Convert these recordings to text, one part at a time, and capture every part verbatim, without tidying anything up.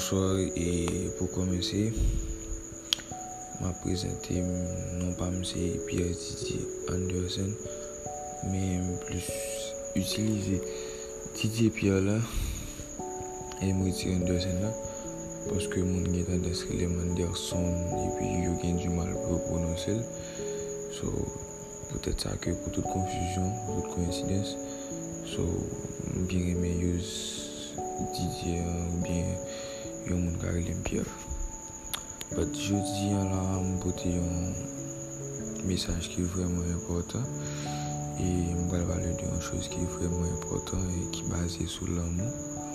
Bonsoir et pour commencer, je vais présenter non pas M. Pierre Didier Anderson, mais plus utiliser Didier Pierre là et Didier Anderson là parce que mon gars tendance que les Manderson et puis il y a du mal pour prononcer. So peut-être ça que pour toute confusion, pour toute coïncidence, so bien aimé use Didier ou bien yon moun ka relem Pierre. But jodi là m'pote un message qui est vraiment important et m'va parler d'une chose qui est vraiment important et qui est basée sur l'amour.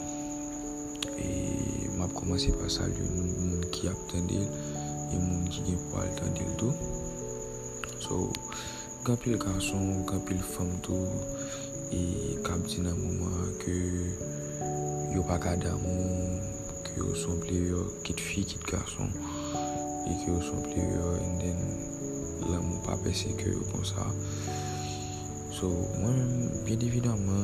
Et m'a commencé par saluer moun qui attendait et moun qui gen pour attendre tout. So quand pile garçon, quand pile femme tout et cap dit dans moment que yo pas ka d'amour, que yo sont plusieurs petites filles, petites garçons et que yo sont plusieurs and then l'amour pas baisser que comme ça. So moi bien évidemment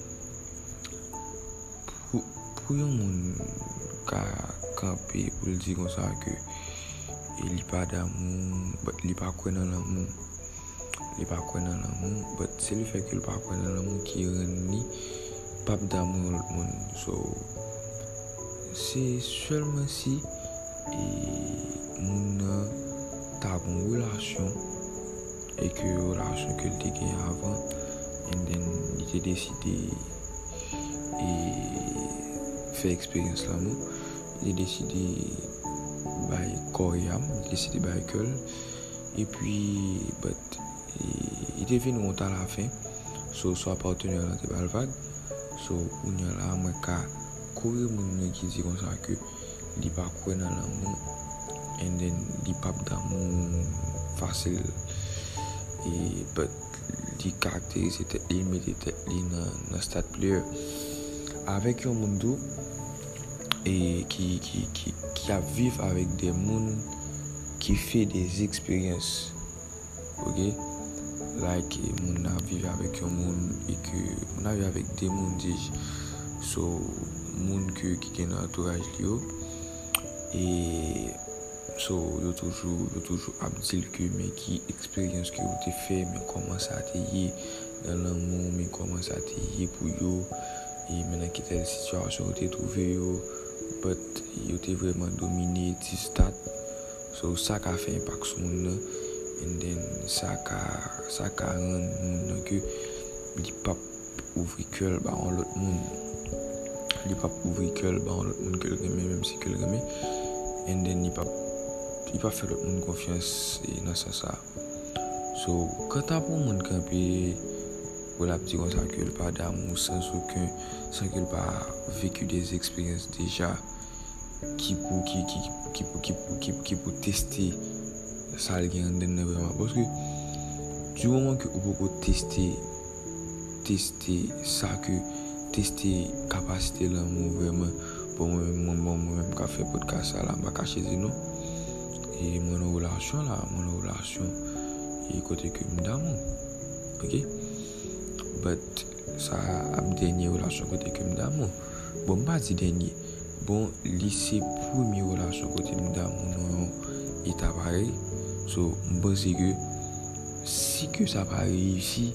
pour pour un monde ka camper pour le dire comme ça que il pas d'amour, il pas croire dans l'amour. Il pas croire dans l'amour, mais c'est le fait qu'il pas croire dans l'amour qui rend ni pas d'amour le monde. So c'est seulement si et mon ta bonne relation et que relation que tu gagné avant and then il t'a décidé et faire expérience l'amour, il a décidé by Koyam, il a décidé by Kul et puis but il était venu monter à la fin, so soit partenaire dans tes vague, so on y a là moi ka courir mon qui dit comme ça que il pas croire dans l'amour and then il pas d'amour facile et but il caractérise tête il mettait tête dans dans stade player avec un monde et qui qui qui qui a vivre avec des monde qui fait des expériences, ok. Like mon a vivre avec un monde et que mon a vivre avec des monde dis so monde que qui est dans entourage lui et so yo toujours yo toujours a dire que mais qui expérience que vous t'ai fait mais comment ça t'est dans l'amour mais comment ça t'est pour yo et maintenant qui telle situation où t'es trouvé yo but yo t'es vraiment dominé ti stade so ça a fait impact sur monde and then ça ka ça ka rend que il pas ouvrir cœur ba on l'autre monde il pas ouvrir cœur ba on l'autre monde que même si que le remet and then il pas il pas faire l'autre monde confiance et dans ça ça so quand t'as pour monde camper pour la petite comme ça que pas d'amour sans aucun sans qu'il pas vécu des expériences déjà qui pour qui qui qui pour qui pour qui qui pour tester ça le gain vraiment parce que du moment que vous pouvez tester tester ça que tester capacité l'amour vraiment pour moi moi moi même qu'a fait podcast ça là pas cacher non et mon relation là mon relation et côté que d'amour, ok, but ça a dernier relation côté que d'amour bon pas dit dernier bon lycée première relation côté d'amour non est pareil. So, je pense que si que ça va réussir,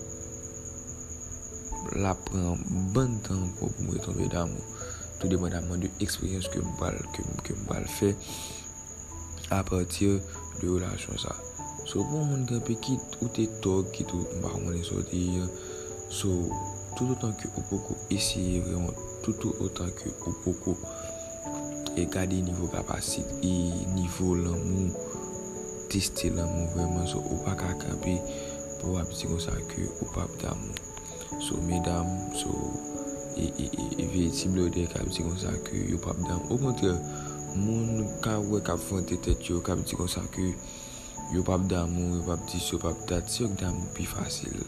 la prend bon temps pour me tomber d'amour. Tout dépendamment de l'expérience que je que que faire à partir de relation ça. So pour mon gars qui ou t'es tort qui tout pas on sortir. So tout autant que au beaucoup essayer vraiment tout autant que au beaucoup et garder niveau capacité et niveau l'amour tester l'amour vraiment so ou pas qu'à camper pour dire comme ça que ou pas d'amour so mesdames so et et et véritable de qu'à dire comme ça que ou pas d'amour au contraire mon ka ouais ka fante tête yo ka dire comme ça que ou pas d'amour ou pas dire so pas d'amour d'amour plus facile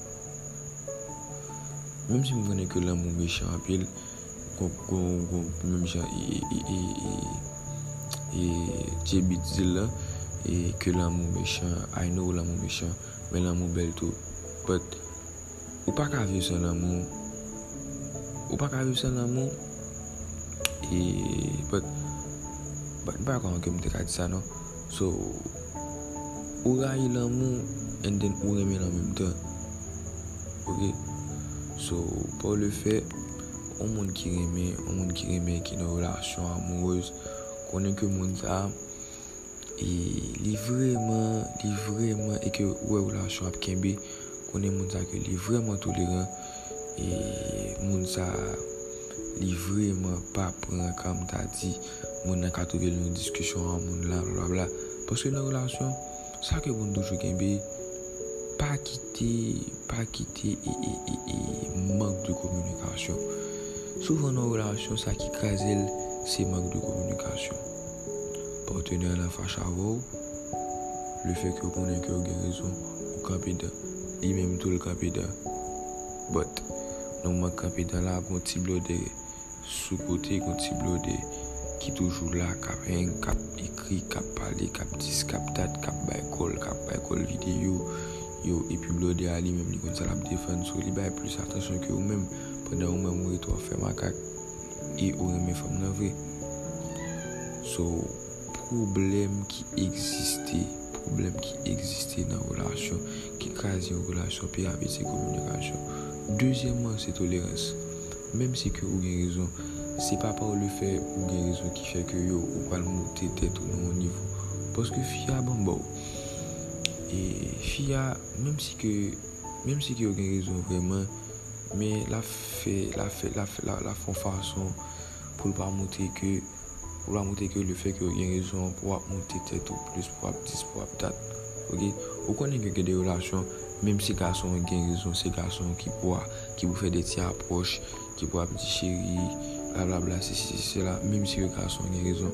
même si je connais que l'amour méchant pile go go même genre et et et et J-Beat là et que l'amour méchant, I know l'amour méchant, mais l'amour belle tout. But, ou pas qu'à vivre sans l'amour, ou pas qu'à vivre sans l'amour, et but Ba kon ke mte ka di sa non. So ou rayi l'amour and then ou reme en même temps. Ok? So pour le fait, un monde qui reme, un monde qui reme qui dans relation amoureuse, connaît que monde ça et li vraiment, li vraiment et que ouais relation ap kembe, connaît monde ça que li vraiment tolérant et monde ça li vraiment pas prendre comme t'as dit, monde n'a qu'à trouver une discussion en monde là bla bla parce que dans relation ça que monde toujours kembe pas quitter pas quitter et, et, et, et manque de communication. Souvent dans relation ça qui crase c'est manque de communication. Partenaire la fâche à vous, le fait que vous connaissez que vous avez raison, vous campez dedans, lui même tout le campé dedans. But, nous ma campé dans là, un petit blodé sous côté, un petit blodé qui toujours là, qui cap écrit, qui parlé, qui dit, qui date, qui bail call, qui bail call vidéo, yo et puis blodé à lui même lui comme ça la défendre sur lui bail plus attention que vous même pendant vous même vous toi faire macaque et vous remet femme dans vrai. So problème qui existait, problème qui existait dans la relation, qui crase une relation, puis avec ses communications. Deuxièmement, c'est tolérance. Même si que vous avez raison, c'est pas par le fait ou avez raison qui fait que yo ou pas le monter tête au niveau. Parce que fia bon bon. Et fia même si que même si que vous avez raison vraiment, mais la fait la fait la fait la, la font façon pour pas monter que pour montrer que le fait que vous avez raison pour monter tête ou plus pour dix pour date. OK, vous connaissez que des relations même si garçon ont raison, c'est garçon qui pour qui vous fait des petites approches, qui pour petit chéri, bla bla bla, c'est c'est c'est là même si le garçon a raison.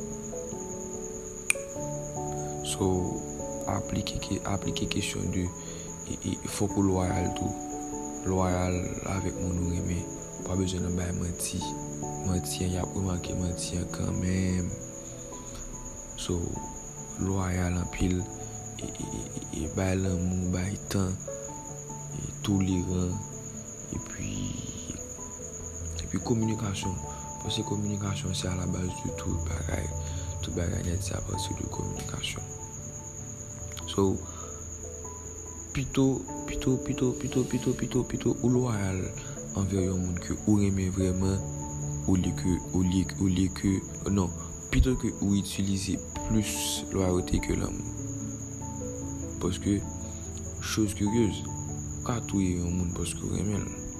So appliquer appliquer question de il faut que loyal tout loyal avec mon aimé, pas besoin de bailler mentir. Mentir, il y a remarqué mentir quand même. So, loyal en pile, et, et, et, bail l'amour, bail temps, et tolérant, et puis, et puis communication. Parce que communication, c'est à la base de tout bagaille. Tout bagaille, c'est à partir de communication. So, plutôt, plutôt, plutôt, plutôt, plutôt, plutôt, plutôt, ou loyal envers un monde que vous aimez vraiment. Au lieu que, au lieu, au lieu que, non, plutôt que vous utilisez plus loyauté que l'amour. Parce que, chose curieuse, quand tout est un monde parce que vous aimez,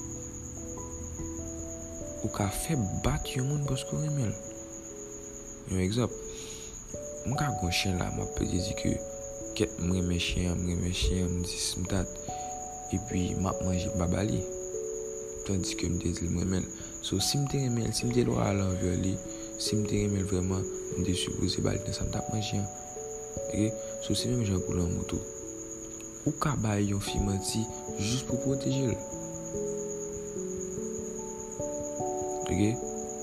ou quand fait battre un monde parce que vous aimez. Un exemple, moi quand un chien là, moi peut dire que, qu'est moi mes chiens, moi mes chiens, me dit simtat, et puis m'a mangé babali, tandis que me dit moi-même. So si me remel, si me loyal envers lui, si me remel vraiment, me supposé baler dans ça me tape manger. OK? So c'est même gens pour la moto. Ou ka bailler yon fille menti juste pour protéger elle. OK?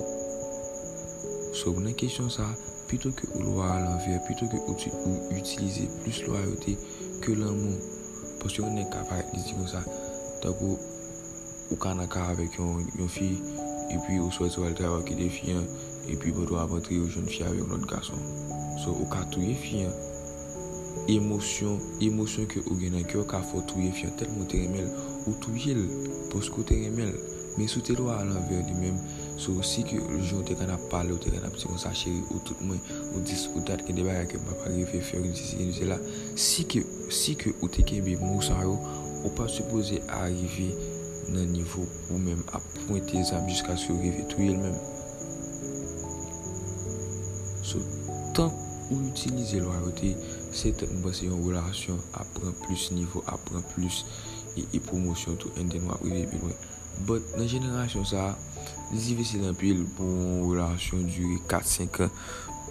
So une question ça, plutôt que ou loyal envers, plutôt que ou utiliser plus loyauté que l'amour parce qu'on est capable de dire comme ça. Donc ou kana ka avec une fille et puis au soir elle travaille avec des filles et puis vous doit rentrer une jeune fille avec notre garçon. So au cas tout les filles émotion émotion que au gain cœur ka faut tout les filles tellement térémel ou tout yel parce que térémel mais sous tes lois à l'envers lui-même so aussi que le jour te kana parler ou te kana petit comme ça chérie ou tout moi ou dis ou date que des bagages que papa arriver faire d'ici c'est là si que si que ou te kembe mon ça ou pas supposé arriver dans niveau ou même à pointer ça jusqu'à ce arriver tout elle-même. So, tant ou utiliser loyauté, c'est une bonne relation apprend plus niveau, apprend plus et, et promotion tout un des noirs arriver plus loin. But dans la génération ça, c'est difficile un peu pour une relation durer quatre cinq ans.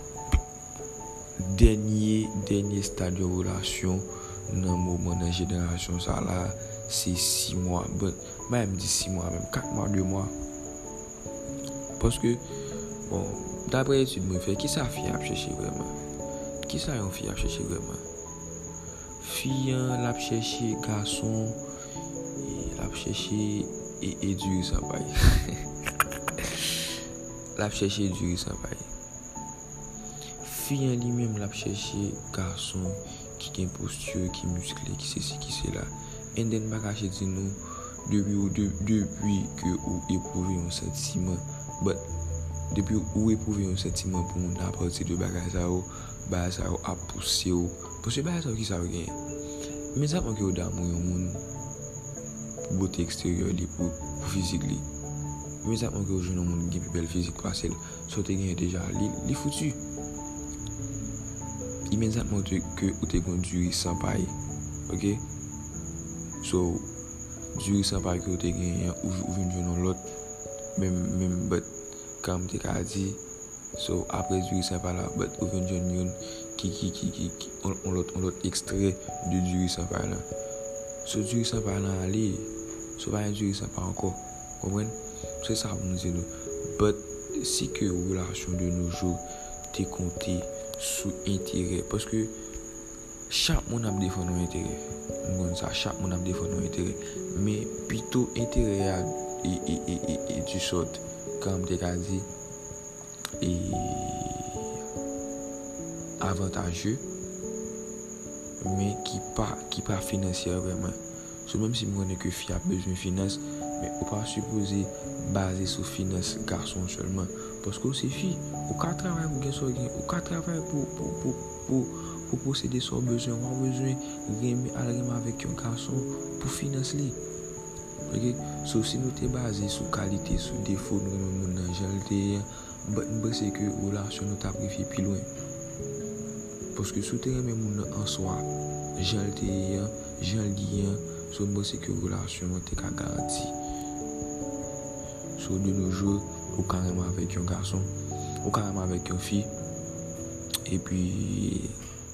Dernier dernier stade de relation dans le moment de la génération ça là c'est six mois, but même dit six mois, même quatre mois, deux mois. Parce que, bon, d'après l'étude, moi, fait qui ça fille à chercher vraiment? Qui ça une fille à chercher vraiment? Fille, l'a chercher garçon, et l'a chercher et éduquer sans bail. L'a chercher éduquer sans bail. fille en lui-même l'a cherché garçon qui a une posture, qui est musclé, qui c'est ci, qui c'est là. Et then pas cacher dit nous depuis depuis que vous éprouvez un sentiment, but depuis où éprouver un sentiment pour nous à partir de bagage ça ou bagage ça a poussé ou parce que bagage ça qui ça gagne mais ça manque d'amour un monde pour beauté extérieure pour pour physique li mais ça manque au jeune monde qui plus belle physique parce que ça te gagne déjà li foutu immédiatement que ou te conduit sans paille OK so durée sans paille que te gagne ou ou vinn jeune l'autre même même but comme tu as dit, so après du sans pas là, but ou vient jeune qui qui qui qui on on l'autre on l'autre extrait de du sans pas là. So du sans pas là aller, so pas du sans pas encore. Comprenez? C'est ça pour nous dire. But si que relation de nos jours t'es compté sous intérêt parce que chaque monde a défendre intérêt. On ça chaque monde a défendre intérêt, mais plutôt intérêt et et et et du sort comme tu as dit, et avantageux, mais qui pas qui pas financier vraiment. So, même si moi ne que fille a besoin de finance, mais on pas supposé baser sur finance garçon seulement, parce que c'est fille, au cas travail pour gagner gain, au cas travail pour pour pour pour pour posséder son besoin, on a besoin remettre à la avec un garçon pour financer. OK, so si nous t'es basé sur qualité, sur défaut nous nous jalté, but c'est que relation nous t'a préféré plus loin. Parce que sous terrain même monde en soi, jalté, jaldi, so c'est que relation nous t'es garanti. So de nos jours, ou carrément avec un garçon, ou carrément avec une fille et puis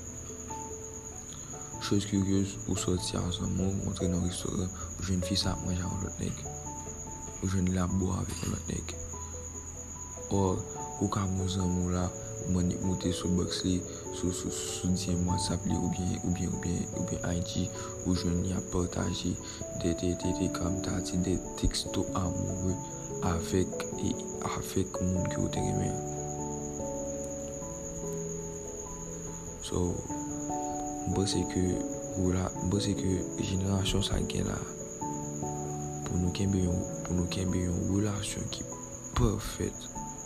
chose curieuse ou sortir ensemble ou entrer dans un restaurant ou jeune fille ça manger avec l'autre nèg ou jeune la boire avec l'autre nèg or ou ka mon amour là mani monter sur box li sur sur sur diem WhatsApp li ou bien ou bien ou bien ou bien I G ou jeune y a partager des des des des comme t'as dit des textos amoureux avec et avec monde qui te aimé so bon c'est que voilà bon c'est que génération ça gagne là pour nous qu'il pour nous qu'il une relation qui parfaite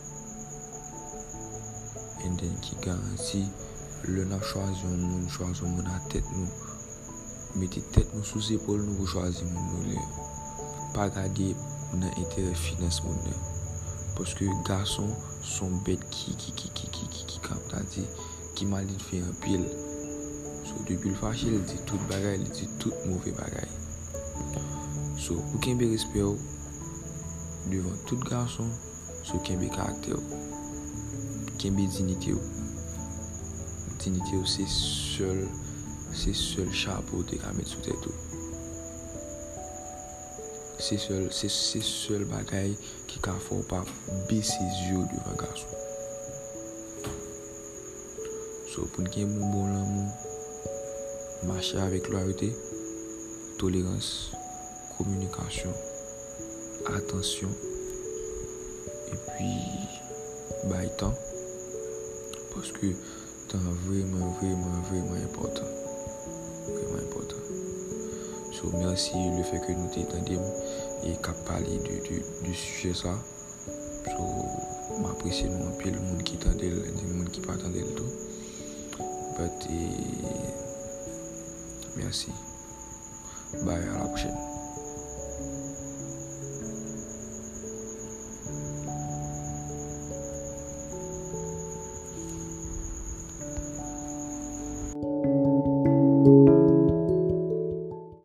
et then qui garantit le n'a choisi un monde choisi un monde à tête nous mettez tête nous sous épaule nous pour choisir monde nous pas garder dans intérêt finance monde parce que garçons sont bêtes qui qui qui qui qui qui qui comme t'as dit qui m'a dit faire un pile. So depuis le fâché, il dit tout bagaille, il dit tout mauvais bagaille. So pour qu'il y ait respect devant tout garçon, so qu'il y ait caractère, qu'il y ait dignité. Dignité c'est seul, c'est seul chapeau de la mettre sous tête. C'est seul, c'est c'est seul bagaille qui ne faut pas baisser ses yeux devant garçon. So pour qu'il y ait un bon l'amour, marcher avec loyauté, tolérance, communication, attention et puis bah temps parce que temps vraiment vraiment vraiment important vraiment important. So merci le fait que nous t'étendons et qu'à parler de, de, du sujet ça. So m'apprécie nous un peu le monde qui t'entendait, le monde qui pas attendait le tout. But, et... merci. Bye, à la prochaine.